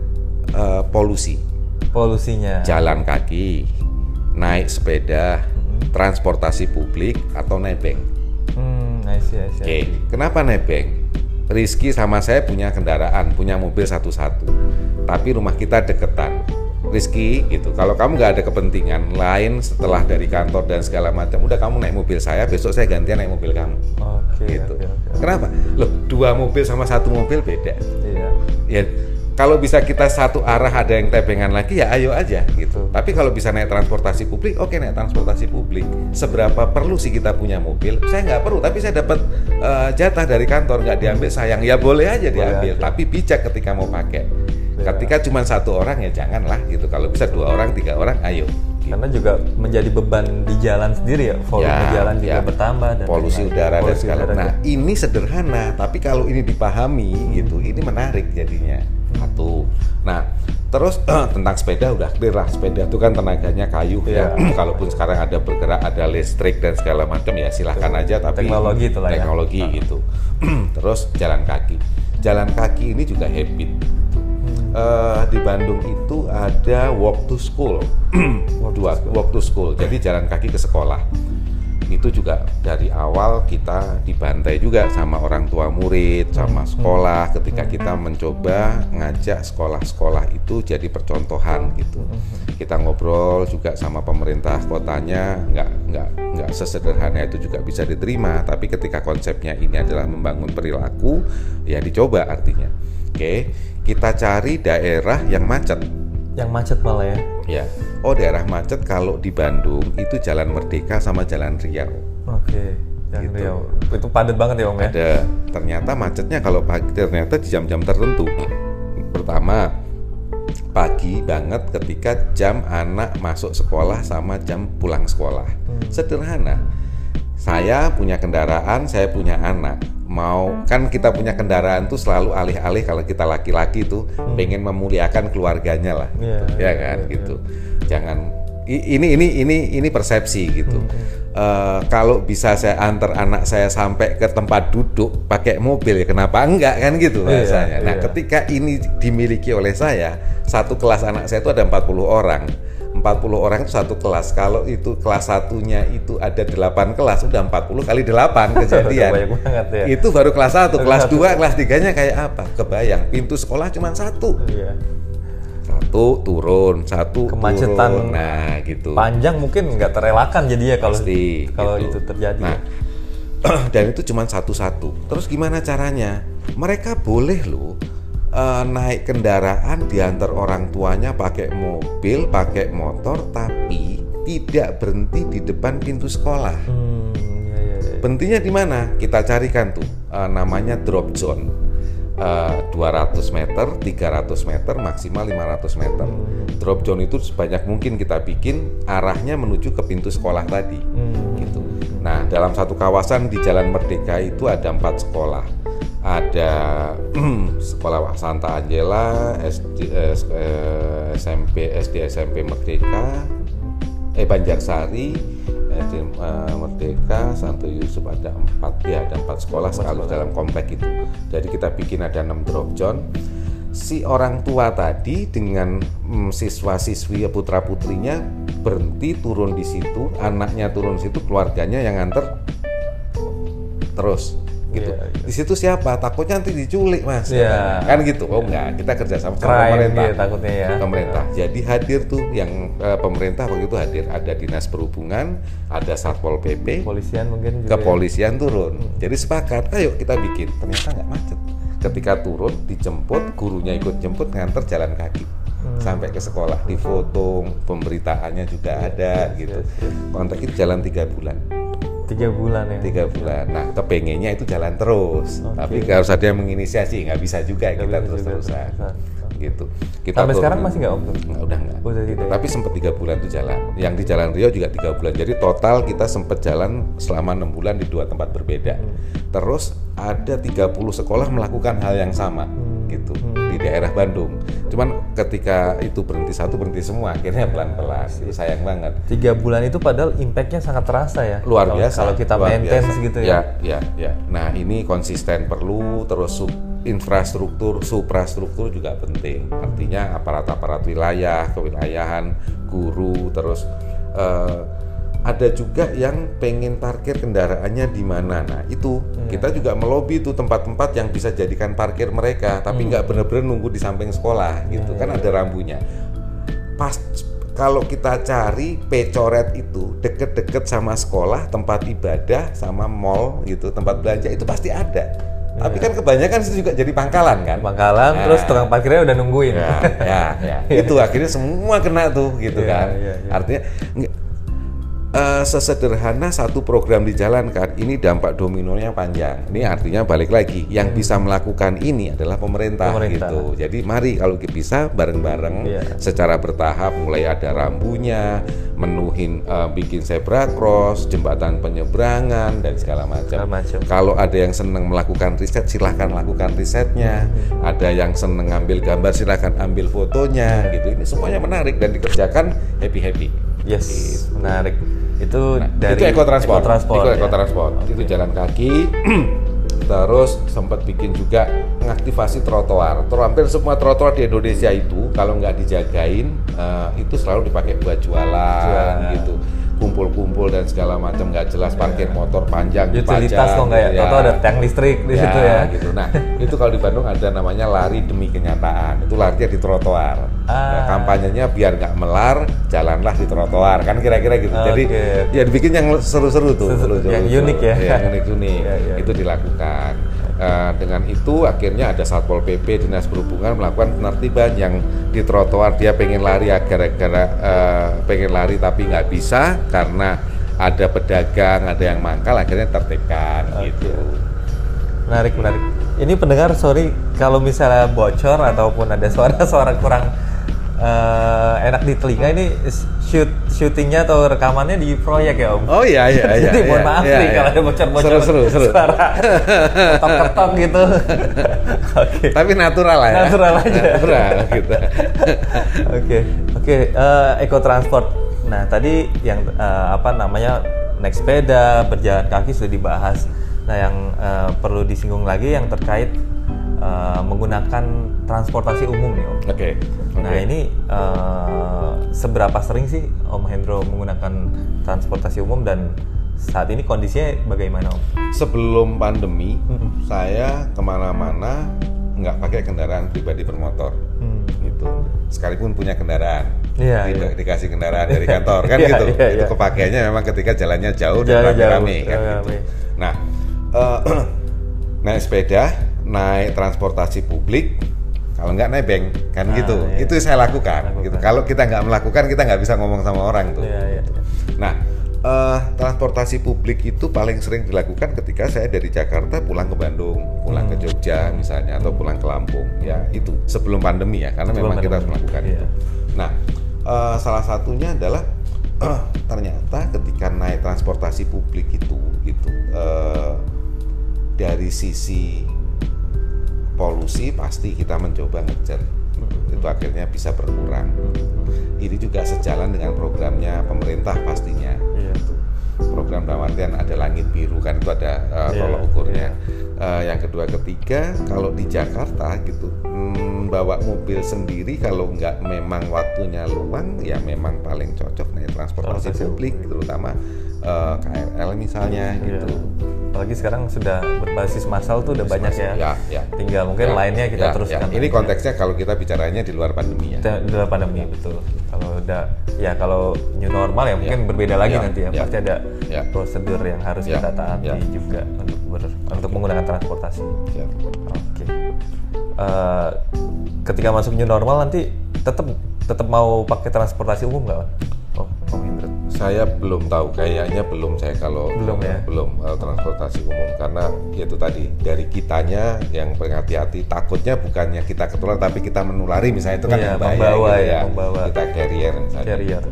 polusinya. Jalan kaki, naik sepeda, transportasi publik, atau nebeng. I see. Oke, kenapa nebeng? Rizky sama saya punya kendaraan, punya mobil satu-satu, tapi rumah kita deketan. Rizky, gitu. Kalau kamu nggak ada kepentingan lain setelah dari kantor dan segala macam, udah kamu naik mobil saya, besok saya gantian naik mobil kamu. Gitu. Kenapa? Loh, 2 mobil sama 1 mobil beda. Iya. Ya, kalau bisa kita satu arah ada yang tebengan lagi, ya ayo aja gitu. Tapi kalau bisa naik transportasi publik, oke, naik transportasi publik. Seberapa perlu sih kita punya mobil? Saya nggak perlu, tapi saya dapat jatah dari kantor, nggak diambil sayang. Ya boleh aja diambil, tapi bijak ketika mau pakai. Ketika cuma 1 orang ya janganlah gitu. Kalau bisa 2 orang, 3 orang, ayo. Gitu. Karena juga menjadi beban di jalan sendiri ya, volume jalan juga bertambah dan polusi udara dan segala. Nah, ini sederhana, tapi kalau ini dipahami gitu, ini menarik jadinya. Satu. Nah, terus tentang sepeda udah clear lah. Sepeda itu kan tenaganya kayu ya. Kalaupun sekarang ada bergerak, ada listrik dan segala macam, ya silahkan aja. Tapi teknologi gitu. Terus jalan kaki. Jalan kaki ini juga habit. Di Bandung itu ada walk to school. Walk to school. Jadi jalan kaki ke sekolah. Itu juga dari awal kita dibantai juga sama orang tua murid, sama sekolah, ketika kita mencoba ngajak sekolah-sekolah itu jadi percontohan gitu. Kita ngobrol juga sama pemerintah kotanya, nggak sesederhana itu juga bisa diterima, tapi ketika konsepnya ini adalah membangun perilaku, ya dicoba artinya. Oke, kita cari daerah yang macet. Yang macet malah ya? Ya. Oh, daerah macet kalau di Bandung itu Jalan Merdeka sama Jalan Riau. Oke, Jalan Riau. Itu padat banget ya Om ya? Ada. Ternyata macetnya kalau pagi, ternyata di jam-jam tertentu. Pertama, pagi banget ketika jam anak masuk sekolah sama jam pulang sekolah. Sederhana. Saya punya kendaraan, saya punya anak. Kan kita punya kendaraan tuh selalu alih-alih kalau kita laki-laki tuh pengen memuliakan keluarganya lah, ya kan gitu. Jangan ini persepsi gitu. Kalau bisa saya antar anak saya sampai ke tempat duduk pakai mobil, ya kenapa enggak kan gitu bahasanya. Nah, ketika ini dimiliki oleh saya, satu kelas anak saya itu ada 40 orang. 40 orang itu satu kelas. Kalau itu kelas satunya itu ada 8 kelas, udah 40 kali 8 kejadian. Banyak banget ya. Itu baru kelas 1, kelas 2, kelas 3-nya kayak apa? Kebayang, pintu sekolah cuma 1. Satu turun, satu kemacetan turun. Nah, gitu. Panjang mungkin nggak terelakkan jadinya kalau gitu. Itu terjadi. Nah, dan itu cuma satu-satu. Terus gimana caranya? Mereka boleh loh naik kendaraan diantar orang tuanya pakai mobil, pakai motor, tapi tidak berhenti di depan pintu sekolah. Berhentinya di mana? Kita carikan tuh, namanya drop zone. 200 meter, 300 meter, maksimal 500 meter. Drop zone itu sebanyak mungkin kita bikin arahnya menuju ke pintu sekolah tadi. Gitu. Nah, dalam satu kawasan di Jalan Merdeka itu ada 4 sekolah. Ada sekolah Santa Angela, SD SMP Merdeka, Banjarsari, Merdeka, Santo Yusuf, ada 4 sekolah sekali dalam komplek itu. Jadi kita bikin ada 6 drop zone. Si orang tua tadi dengan siswa-siswi putra putrinya berhenti turun di situ, anaknya turun di situ, keluarganya yang nganter terus. Gitu. Di situ siapa? Takutnya nanti diculik, Mas. Kan gitu. Oh enggak, kita kerjasama sama pemerintah. Takutnya ya. Pemerintah. Jadi hadir tuh yang pemerintah waktu itu hadir, ada Dinas Perhubungan, ada Satpol PP, Kepolisian mungkin juga. Kepolisian turun. Jadi sepakat, ayo kita bikin. Ternyata nggak macet. Ketika turun, dijemput, gurunya ikut jemput, nganter jalan kaki sampai ke sekolah, difoto, pemberitaannya juga ada gitu. Kontrak itu jalan 3 bulan. 3 bulan ya? 3 bulan. Nah, kepengennya itu jalan terus. Tapi harus ada yang menginisiasi, nggak bisa juga kita terus-terusan. gitu. Sampai sekarang masih nggak Om? Udah nggak. Udah tidak. Tapi sempat 3 bulan tuh jalan. Yang di Jalan Riau juga 3 bulan. Jadi total kita sempat jalan selama 6 bulan di 2 tempat berbeda. Terus ada 30 sekolah melakukan hal yang sama gitu di daerah Bandung. Cuman ketika itu berhenti satu berhenti semua, akhirnya pelan-pelan. Itu sayang banget. 3 bulan itu padahal impact-nya sangat terasa ya. Luar biasa. Kalau kita maintain segitu ya. Ya. Nah ini konsisten perlu, terus infrastruktur, suprastruktur juga penting. Artinya aparat-aparat wilayah, kewilayahan, guru, terus ada juga yang pengen parkir kendaraannya di mana. Nah itu kita juga melobi tuh tempat-tempat yang bisa jadikan parkir mereka, tapi nggak bener-bener nunggu di samping sekolah gitu kan ada rambunya. Pas kalau kita cari P-coret itu deket-deket sama sekolah, tempat ibadah, sama mall gitu, tempat belanja itu pasti ada. Tapi kan kebanyakan itu juga jadi pangkalan kan. Pangkalan, terus tukang parkirnya udah nungguin. Ya. Itu akhirnya semua kena tuh gitu kan. Artinya sesederhana satu program dijalankan, ini dampak dominonya panjang. Ini artinya balik lagi, yang bisa melakukan ini adalah pemerintah. Gitu. Jadi mari kalau bisa bareng-bareng secara bertahap, mulai ada rambunya, menuhin bikin zebra cross, jembatan penyeberangan dan segala macam. Kalau ada yang senang melakukan riset, silahkan lakukan risetnya. Ada yang senang ngambil gambar, silahkan ambil fotonya. Gitu. Ini semuanya menarik dan dikerjakan happy-happy. Yes, menarik. Itu dari itu ekotransport. Okay. Itu jalan kaki. Terus sempat bikin juga mengaktifasi trotoar. Hampir semua trotoar di Indonesia itu kalau nggak dijagain itu selalu dipakai buat jualan gitu. Kumpul-kumpul dan segala macam nggak jelas, parkir motor panjang, utilitas kok nggak ya? Atau ada tiang listrik di situ ya. Gitu. Nah itu kalau di Bandung ada namanya lari demi kenyataan. Itu larinya di trotoar. Nah, kampanyenya biar nggak melar, jalanlah di trotoar kan kira-kira gitu. Jadi ya dibikin yang seru-seru tuh, yang unik ya. Yang unik itu dilakukan. Dengan itu akhirnya ada Satpol PP, Dinas Perhubungan melakukan penertiban yang di trotoar dia pengen lari gara-gara pengen lari tapi nggak bisa karena ada pedagang, ada yang mangkal, akhirnya tertibkan gitu. Menarik. Ini pendengar, sorry kalau misalnya bocor ataupun ada suara-suara kurang enak di telinga, ini syutingnya atau rekamannya di proyek ya Om? Oh iya. Jadi mohon maaf nih kalau ada bocor-bocor seru. suara ketok-ketok gitu. Okay. Tapi natural lah ya. Natural aja. Natural gitu. Oke. Ekotransport. Nah tadi yang naik sepeda, berjalan kaki sudah dibahas. Nah yang perlu disinggung lagi yang terkait menggunakan transportasi umum nih Om. Oke. Nah ini seberapa sering sih Om Hendro menggunakan transportasi umum dan saat ini kondisinya bagaimana Om? Sebelum pandemi saya kemana-mana nggak pakai kendaraan pribadi bermotor. Gitu. Sekalipun punya kendaraan, dikasih kendaraan dari kantor kan gitu. Itu kepakainya memang ketika jalannya jauh dan rame-rame kan gitu. Nah naik sepeda, naik transportasi publik, kalau nggak nebeng kan gitu. Itu saya lakukan. Gitu. Kalau kita nggak melakukan, kita nggak bisa ngomong sama orang tuh. Nah, transportasi publik itu paling sering dilakukan ketika saya dari Jakarta pulang ke Bandung, pulang ke Jogja misalnya, atau pulang ke Lampung. Ya itu sebelum pandemi ya, karena memang kita harus melakukan itu. Nah, salah satunya adalah ternyata ketika naik transportasi publik itu, dari sisi polusi pasti kita mencoba ngejar, itu akhirnya bisa berkurang. Ini juga sejalan dengan programnya pemerintah pastinya. Program dalam artian ada langit biru kan, itu ada tolok ukurnya. Yang kedua ketiga, kalau di Jakarta gitu, bawa mobil sendiri kalau nggak memang waktunya luang, ya memang paling cocok naik transportasi publik, terutama KRL misalnya gitu. Apalagi sekarang sudah berbasis massal tuh udah banyak ya. Tinggal mungkin lainnya kita teruskan. Ini konteksnya kalau kita bicaranya di luar pandemi ya. Di luar pandemi betul. Kalau udah kalau new normal ya mungkin berbeda lagi nanti ya. Pasti ada prosedur yang harus kita taati juga untuk menggunakan transportasi. Oke. Ketika masuk new normal nanti tetap mau pakai transportasi umum nggak? Om Hendro? Saya belum tahu, kayaknya belum saya kalau transportasi umum, karena itu tadi dari kitanya yang berhati-hati, takutnya bukannya kita ketularan tapi kita menulari misalnya, itu kan yang bahaya membawa, gitu ya, membawa. Kita carrier misalnya. Carrier.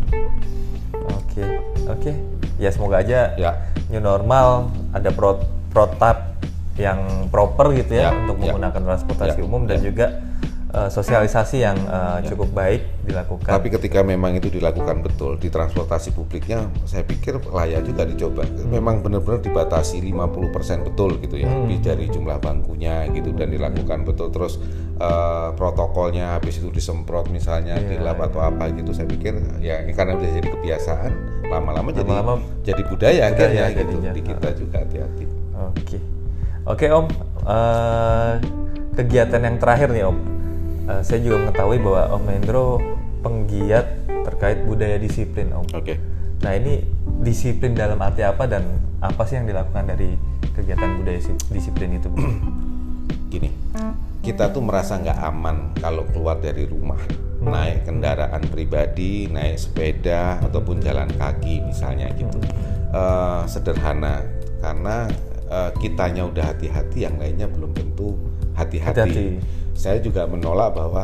Oke. Ya semoga aja new normal ada protap yang proper gitu ya, untuk menggunakan transportasi umum dan juga sosialisasi yang cukup baik dilakukan. Tapi ketika memang itu dilakukan betul di transportasi publiknya, saya pikir layak juga dicoba. Memang benar-benar dibatasi 50% betul gitu ya, lebih dari jumlah bangkunya gitu, dan dilakukan betul, terus protokolnya habis itu disemprot misalnya di lab atau apa gitu. Saya pikir ya ini karena udah jadi kebiasaan, lama-lama jadi budaya akhirnya gitu di kita juga. Hati-hati. Oke Om, kegiatan yang terakhir nih Om. Saya juga mengetahui bahwa Om Hendro penggiat terkait budaya disiplin Om. Nah ini disiplin dalam arti apa dan apa sih yang dilakukan dari kegiatan budaya disiplin itu? Gini, kita tuh merasa nggak aman kalau keluar dari rumah, naik kendaraan pribadi, naik sepeda ataupun jalan kaki misalnya gitu. Sederhana, karena kitanya udah hati-hati, yang lainnya belum tentu hati-hati. Saya juga menolak bahwa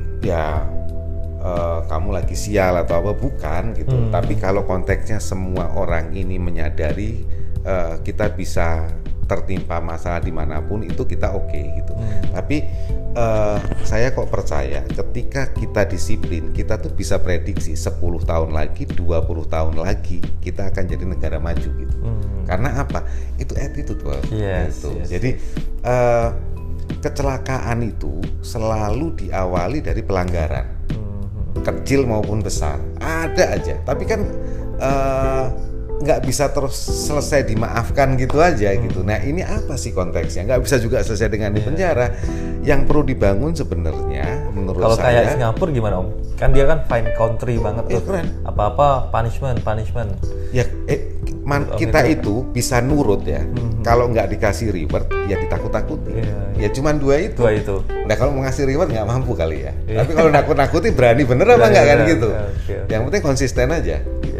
kamu lagi sial atau apa, bukan gitu. Tapi kalau konteksnya semua orang ini menyadari kita bisa tertimpa masalah dimanapun, itu kita oke gitu. Tapi saya kok percaya ketika kita disiplin, kita tuh bisa prediksi 10 tahun lagi, 20 tahun lagi kita akan jadi negara maju gitu. Karena apa? Itu attitude gitu. Jadi kecelakaan itu selalu diawali dari pelanggaran, kecil maupun besar, ada aja. Tapi kan nggak bisa terus selesai dimaafkan gitu aja gitu. Nah ini apa sih konteksnya? Nggak bisa juga selesai dengan di penjara. Yang perlu dibangun sebenarnya menurut kalau saya. Kalau kayak Singapura gimana Om? Kan dia kan fine country banget tuh. Keren. Apa-apa punishment. Ya kita itu bisa nurut ya. Kalau nggak dikasih reward ya ditakut-takuti. Ya cuman dua itu. Nah kalau mau ngasih reward nggak mampu kali ya. Tapi kalau nakut-nakuti berani bener apa nggak kan gitu. Yang penting konsisten aja.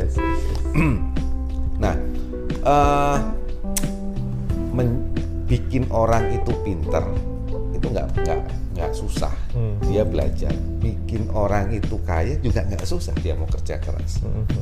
Nah, bikin orang itu pinter itu nggak susah. Dia belajar. Bikin orang itu kaya juga nggak susah, dia mau kerja keras.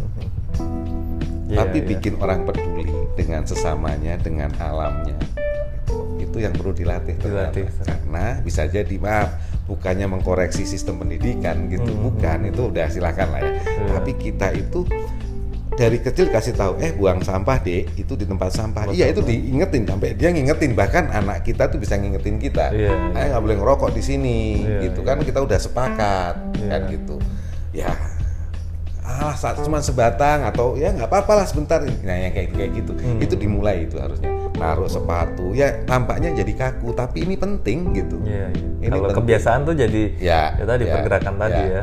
Tapi bikin orang peduli dengan sesamanya, dengan alamnya, itu yang perlu dilatih. Karena bisa jadi, maaf, bukannya mengkoreksi sistem pendidikan gitu, bukan, itu udah silakan lah ya. Tapi kita itu dari kecil kasih tahu, buang sampah deh, itu di tempat sampah. Iya, itu diingetin, sampai dia ngingetin, bahkan anak kita tuh bisa ngingetin kita. Nggak boleh ngerokok di sini, gitu kan, kita udah sepakat, kan gitu. Ya, cuma sebatang atau ya nggak apa-apa lah sebentar. Nah yang kayak gitu, itu dimulai itu harusnya. Naruh sepatu, ya tampaknya jadi kaku, tapi ini penting gitu. Ini kalau penting. Kebiasaan tuh jadi tadi pergerakan tadi ya.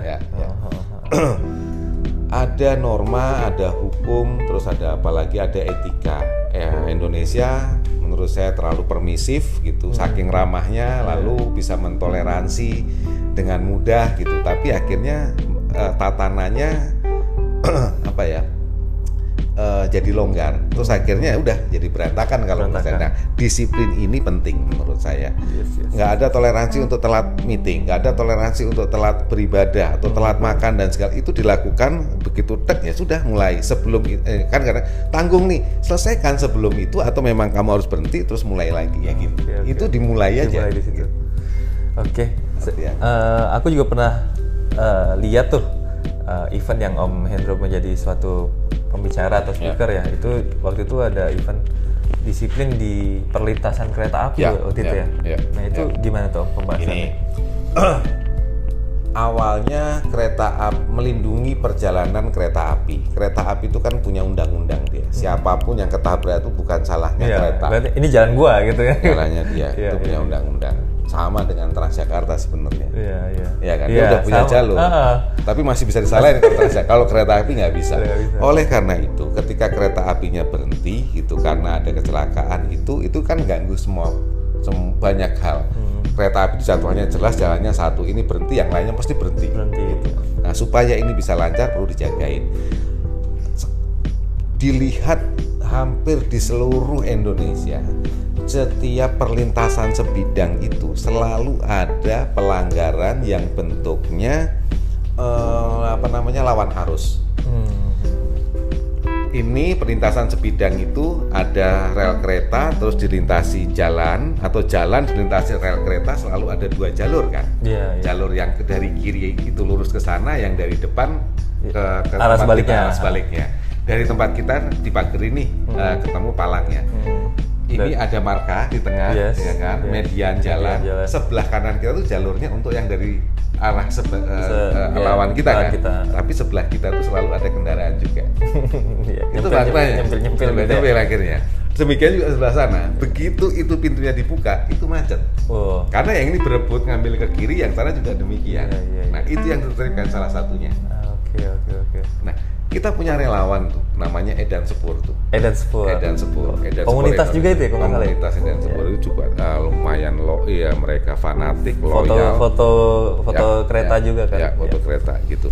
Ada norma, ada hukum, terus ada apalagi ada etika. Indonesia menurut saya terlalu permisif gitu, saking ramahnya, lalu bisa mentoleransi dengan mudah gitu. Tapi akhirnya tatanannya jadi longgar. Terus akhirnya udah jadi berantakan kalau menurut saya. Nah, disiplin ini penting menurut saya. Nggak ada toleransi untuk telat meeting, nggak ada toleransi untuk telat beribadah atau telat makan dan segala itu dilakukan begitu ya sudah mulai sebelum kan karena tanggung nih, selesaikan sebelum itu atau memang kamu harus berhenti terus mulai lagi ya gitu. Itu dimulai aja. Di situ. Aku juga pernah lihat tuh event yang Om Hendro menjadi suatu pembicara atau speaker ya, itu waktu itu ada event disiplin di perlintasan kereta api waktu itu ya. Nah itu gimana tuh pembahasannya? Awalnya kereta api melindungi perjalanan kereta api. Kereta api itu kan punya undang-undang dia. Siapapun yang ketabrak itu bukan salahnya kereta. Berarti ini jalan gua gitu ya. Jalannya dia itu punya undang-undang. Sama dengan Transjakarta sebenarnya. Iya kan? Dia udah punya jalur. Tapi masih bisa disalahin kalau Transjakarta. Kalau kereta api nggak bisa. Oleh karena itu, ketika kereta apinya berhenti gitu karena ada kecelakaan itu kan ganggu semua banyak hal. Kereta api jadwalnya jelas, jalannya satu, ini berhenti, yang lainnya pasti berhenti. Gitu. Nah, supaya ini bisa lancar perlu dijagain. dilihat hampir di seluruh Indonesia. Setiap perlintasan sebidang itu selalu ada pelanggaran yang bentuknya lawan arus. Ini perlintasan sebidang itu ada rel kereta terus dilintasi jalan, atau jalan dilintasi rel kereta, selalu ada 2 jalur kan. Jalur yang dari kiri itu lurus ke sana, yang dari depan ke arah sebaliknya. Dari tempat kita di pagar ini ketemu palangnya. Ini ada marka di tengah, ya kan, median jalan. Sebelah kanan kita tuh jalurnya untuk yang dari arah lawan kita kan. Tapi sebelah kita tuh selalu ada kendaraan juga. Itu faktanya. Nyempil akhirnya. Demikian juga sebelah sana. Begitu itu pintunya dibuka, itu macet. Karena yang ini berebut ngambil ke kiri, yang sana juga demikian. Nah, itu yang terjadi salah satunya. Oke. Nah, kita punya relawan tuh, namanya Edan Sepur tuh. Edan Sepur. Komunitas Sepur, juga itu ya, komunitas Edan Sepur itu juga lumayan mereka fanatik, loyal. Foto kereta juga kan. Ya, foto kereta gitu.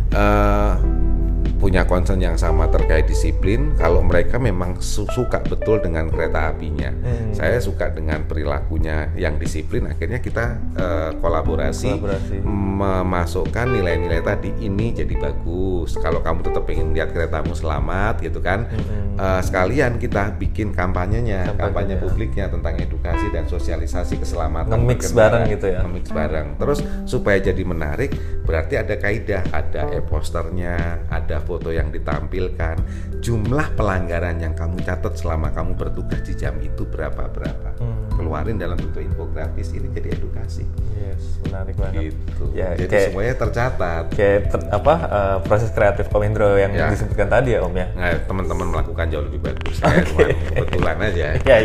Punya concern yang sama terkait disiplin. Kalau mereka memang suka betul dengan kereta apinya, saya suka dengan perilakunya yang disiplin. Akhirnya kita kolaborasi memasukkan nilai-nilai tadi. Ini jadi bagus kalau kamu tetap ingin lihat keretamu selamat gitu kan. Sekalian kita bikin kampanye publiknya tentang edukasi dan sosialisasi keselamatan. Nge-mix bareng gitu ya. Nge-mix bareng. Terus supaya jadi menarik, berarti ada kaidah, ada e-posternya, ada foto yang ditampilkan, jumlah pelanggaran yang kamu catat selama kamu bertugas di jam itu berapa. Keluarin dalam bentuk infografis, ini jadi edukasi. Yes, menarik banget. Gitu. Ya, jadi semuanya tercatat. Proses kreatif Om Indro yang disebutkan tadi ya Om ya. Nah, teman-teman melakukan jauh lebih bagus. Saya cuma kebetulan aja.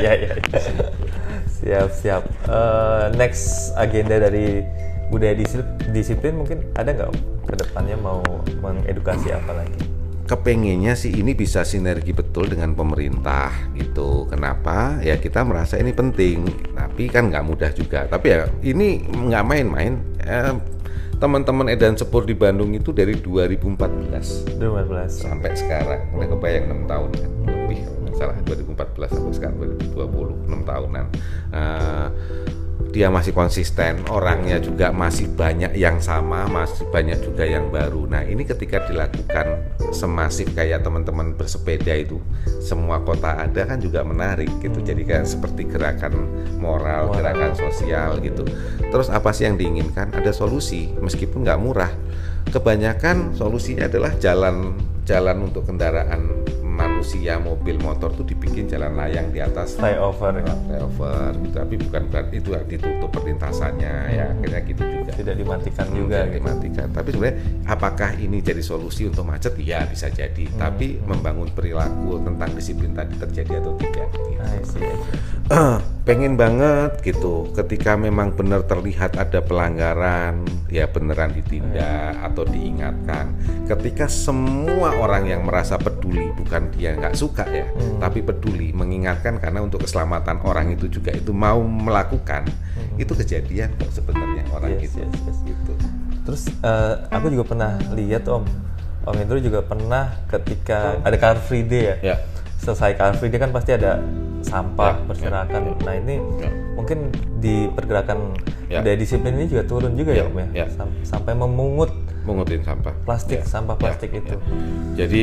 Ya. Siap. Next agenda dari budaya disiplin mungkin ada nggak Om? Kedepannya mau mengedukasi apa lagi? Kepengennya sih ini bisa sinergi betul dengan pemerintah gitu. Kenapa? Ya kita merasa ini penting, tapi kan nggak mudah juga. Tapi ya ini nggak main-main. Teman-teman Edan Sepur di Bandung itu dari 2014 sampai sekarang, udah kebayang 6 tahun kan, lebih salah 2014 sampai sekarang 2020, 6 tahunan. Dia masih konsisten, orangnya juga masih banyak yang sama, masih banyak juga yang baru. Nah ini ketika dilakukan semasif kayak teman-teman bersepeda itu, semua kota ada kan juga menarik gitu. Jadi kayak seperti gerakan moral, gerakan sosial gitu. Terus apa sih yang diinginkan? Ada solusi, meskipun nggak murah. Kebanyakan solusinya adalah jalan untuk kendaraan manusia, mobil, motor tuh dibikin jalan layang di atas flyover gitu, tapi bukan berarti itu ditutup perlintasannya ya, akhirnya gitu juga tidak dimatikan juga gitu. Dimatikan. Tapi sebenarnya apakah ini jadi solusi untuk macet? Ya bisa jadi, tapi membangun perilaku tentang disiplin tadi terjadi atau tidak gitu. Pengen banget gitu ketika memang benar terlihat ada pelanggaran, ya beneran ditindak atau diingatkan. Ketika semua orang yang merasa peduli, bukan dia nggak suka ya, tapi peduli, mengingatkan karena untuk keselamatan orang itu juga itu mau melakukan, itu kejadian kok sebenarnya orang gitu. Terus aku juga pernah lihat Om Indro juga pernah ketika ada Car Free Day ya. Selesai Car Free Day kan pasti ada sampah berserakan. Nah ini mungkin di pergerakan budaya disiplin ini juga turun juga ya Om ya. Sampai mengutin sampah plastik, sampah plastik itu. Jadi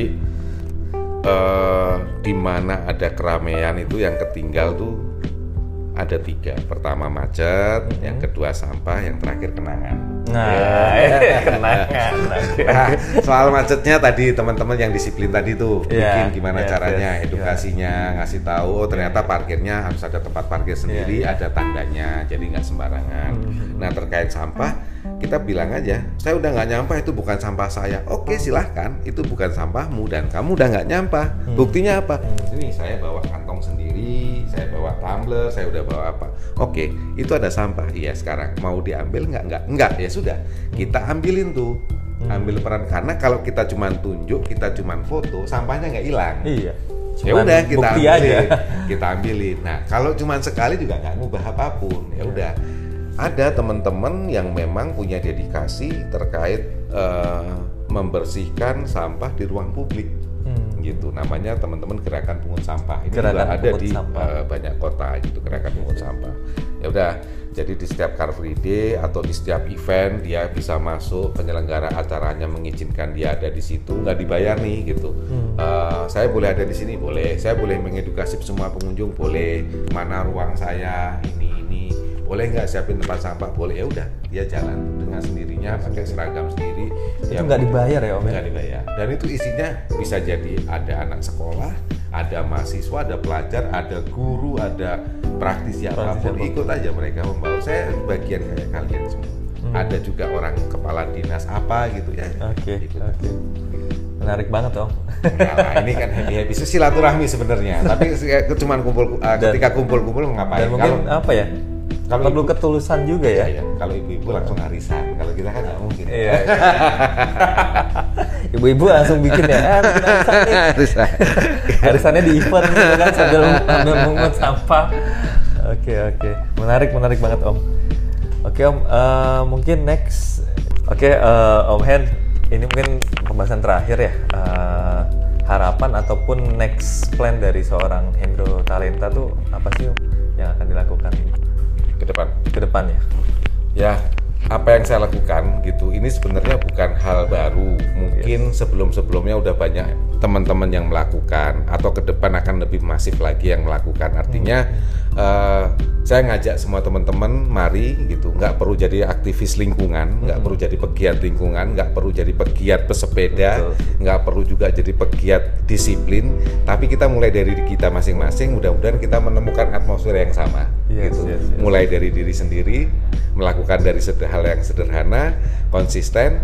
di mana ada keramaian itu yang ketinggal tuh ada 3. Pertama macet, yang kedua sampah, yang terakhir kenangan. Kenangan. Soal macetnya tadi teman-teman yang disiplin tadi tuh bikin gimana caranya, edukasinya, ngasih tahu ternyata parkirnya harus ada tempat parkir sendiri, ada tandanya, jadi nggak sembarangan. Nah terkait sampah, kita bilang aja, saya udah nggak nyampah, itu bukan sampah saya. Oke silahkan, itu bukan sampahmu dan kamu udah nggak nyampah. Buktinya apa? Ini saya bawa kantong sendiri, saya bawa tumbler, saya udah bawa apa. Oke, itu ada sampah. Iya sekarang mau diambil nggak? Ya sudah, kita ambilin tuh. Ambil peran, karena kalau kita cuma tunjuk, kita cuma foto, sampahnya nggak hilang. Iya. Ya udah kita ambilin. Nah kalau cuma sekali juga nggak ngubah apapun. Ya udah. Ada teman-teman yang memang punya dedikasi terkait membersihkan sampah di ruang publik. gitu. Namanya teman-teman gerakan pungut sampah. Ini Gerakan juga ada pungut di sampah. banyak kota gitu, gerakan pungut sampah. Ya udah, jadi di setiap Car Free Day atau di setiap event dia bisa masuk, penyelenggara acaranya mengizinkan dia ada di situ, nggak dibayar nih gitu. Saya boleh ada di sini, boleh. Saya boleh mengedukasi semua pengunjung, boleh. Mana ruang saya, ini. Boleh nggak siapin tempat sampah? Boleh. Ya udah, dia jalan dengan sendirinya, pakai seragam sendiri. Itu nggak dibayar ya Om? Nggak dibayar. Dan itu isinya bisa jadi ada anak sekolah, ada mahasiswa, ada pelajar, ada guru, ada praktisi apapun. Ikut aja mereka membawa. Saya bagian kayak kalian semua. Ada juga orang kepala dinas apa gitu ya. Oke. Menarik banget Om. Nah, ini kan happy silaturahmi sebenarnya. Tapi cuma kumpul ketika kumpul ngapain? Dan mungkin apa ya? Kalau perlu ketulusan juga ya. Iya. Kalau ibu-ibu langsung arisan. Kalau kita kan nggak mungkin. Iya. Ibu-ibu langsung bikin ya. Arisan nih. Arisannya di event gitu kan sambil memungut sampah. Oke. Menarik banget Om. Oke Om, mungkin next. Oke, Om Hen, ini mungkin pembahasan terakhir ya. Harapan ataupun next plan dari seorang Hendro Talenta tuh apa sih Om yang akan dilakukan ke depan ya? Ya, apa yang saya lakukan gitu, ini sebenarnya bukan hal baru. Mungkin sebelum-sebelumnya udah banyak teman-teman yang melakukan, atau ke depan akan lebih masif lagi yang melakukan. Artinya saya ngajak semua teman-teman, mari gitu, nggak perlu jadi aktivis lingkungan, nggak perlu jadi pegiat lingkungan, nggak perlu jadi pegiat pesepeda, nggak perlu juga jadi pegiat disiplin, tapi kita mulai dari kita masing-masing. Mudah-mudahan kita menemukan atmosfer yang sama. Gitu. Mulai dari diri sendiri, melakukan dari hal yang sederhana, konsisten.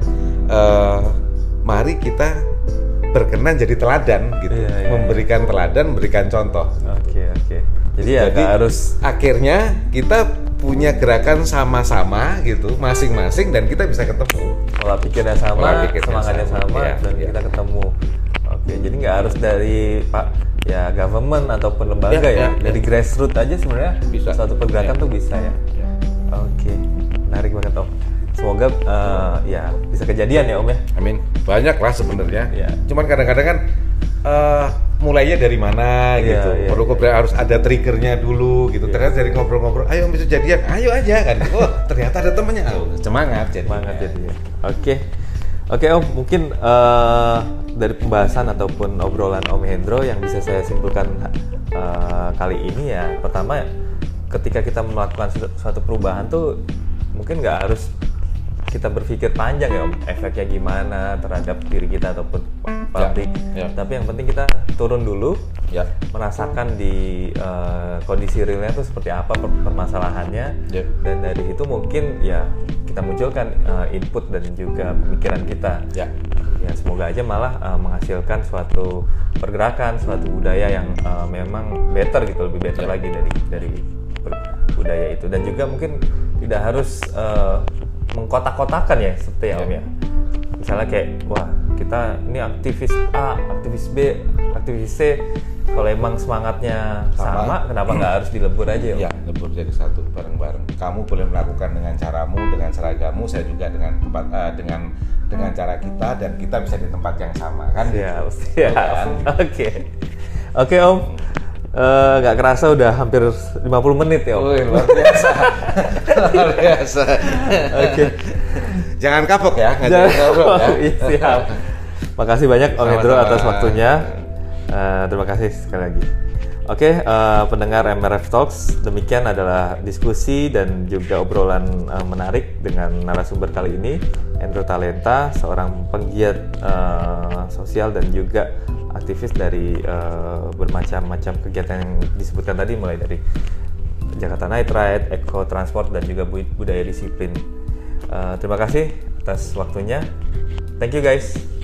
Mari kita berkenan jadi teladan gitu, memberikan teladan, memberikan contoh. Oke. Jadi harus akhirnya kita punya gerakan sama-sama gitu, masing-masing, dan kita bisa ketemu. Pola pikirnya sama, semangatnya sama, dan kita ketemu. Oke, jadi nggak harus dari government ataupun lembaga dari grassroots aja sebenarnya bisa. Suatu pergerakan tuh bisa ya. Oke, menarik banget Om. Semoga bisa kejadian ya Om ya. Amin. Banyak lah sebenarnya. Cuman kadang-kadang kan mulainya dari mana gitu. Perlu harus ada triggernya dulu gitu. Ternyata dari ngobrol-ngobrol, ayo Om bisa jadian, ayo aja kan. Oh ternyata ada temennya, semangat jadinya. Oke Om, mungkin dari pembahasan ataupun obrolan Om Hendro yang bisa saya simpulkan kali ini ya, pertama ketika kita melakukan suatu perubahan tuh mungkin nggak harus kita berpikir panjang ya Om, efeknya gimana terhadap diri kita ataupun publik. Tapi yang penting kita turun dulu, merasakan di kondisi realnya itu seperti apa permasalahannya, dan dari itu mungkin ya kita munculkan input dan juga pemikiran kita. Ya semoga aja malah menghasilkan suatu pergerakan, suatu budaya yang memang better gitu, lebih better lagi dari budaya itu. Dan juga mungkin tidak harus mengkotak-kotakan ya seperti Om ya. Misalnya kayak kita ini aktivis A, aktivis B, aktivis C. Kalau emang semangatnya sama, kenapa nggak harus dilebur aja Om? Ya, lebur jadi satu bareng-bareng. Kamu boleh melakukan dengan caramu, dengan seragamu, saya juga dengan tempat dengan cara kita, dan kita bisa di tempat yang sama kan? Siap. Oke Om. Nggak kerasa udah hampir 50 menit ya Om. Luar biasa. Oke. Jangan kapok ya. Siap. Makasih banyak Om Hendro atas waktunya. Terima kasih sekali lagi. Oke, pendengar MRF Talks, demikian adalah diskusi dan juga obrolan menarik dengan narasumber kali ini, Hendro Talenta, seorang penggiat sosial dan juga aktivis dari bermacam-macam kegiatan yang disebutkan tadi, mulai dari Jakarta Night Ride, Eco Transport, dan juga budaya disiplin. Terima kasih atas waktunya. Thank you guys.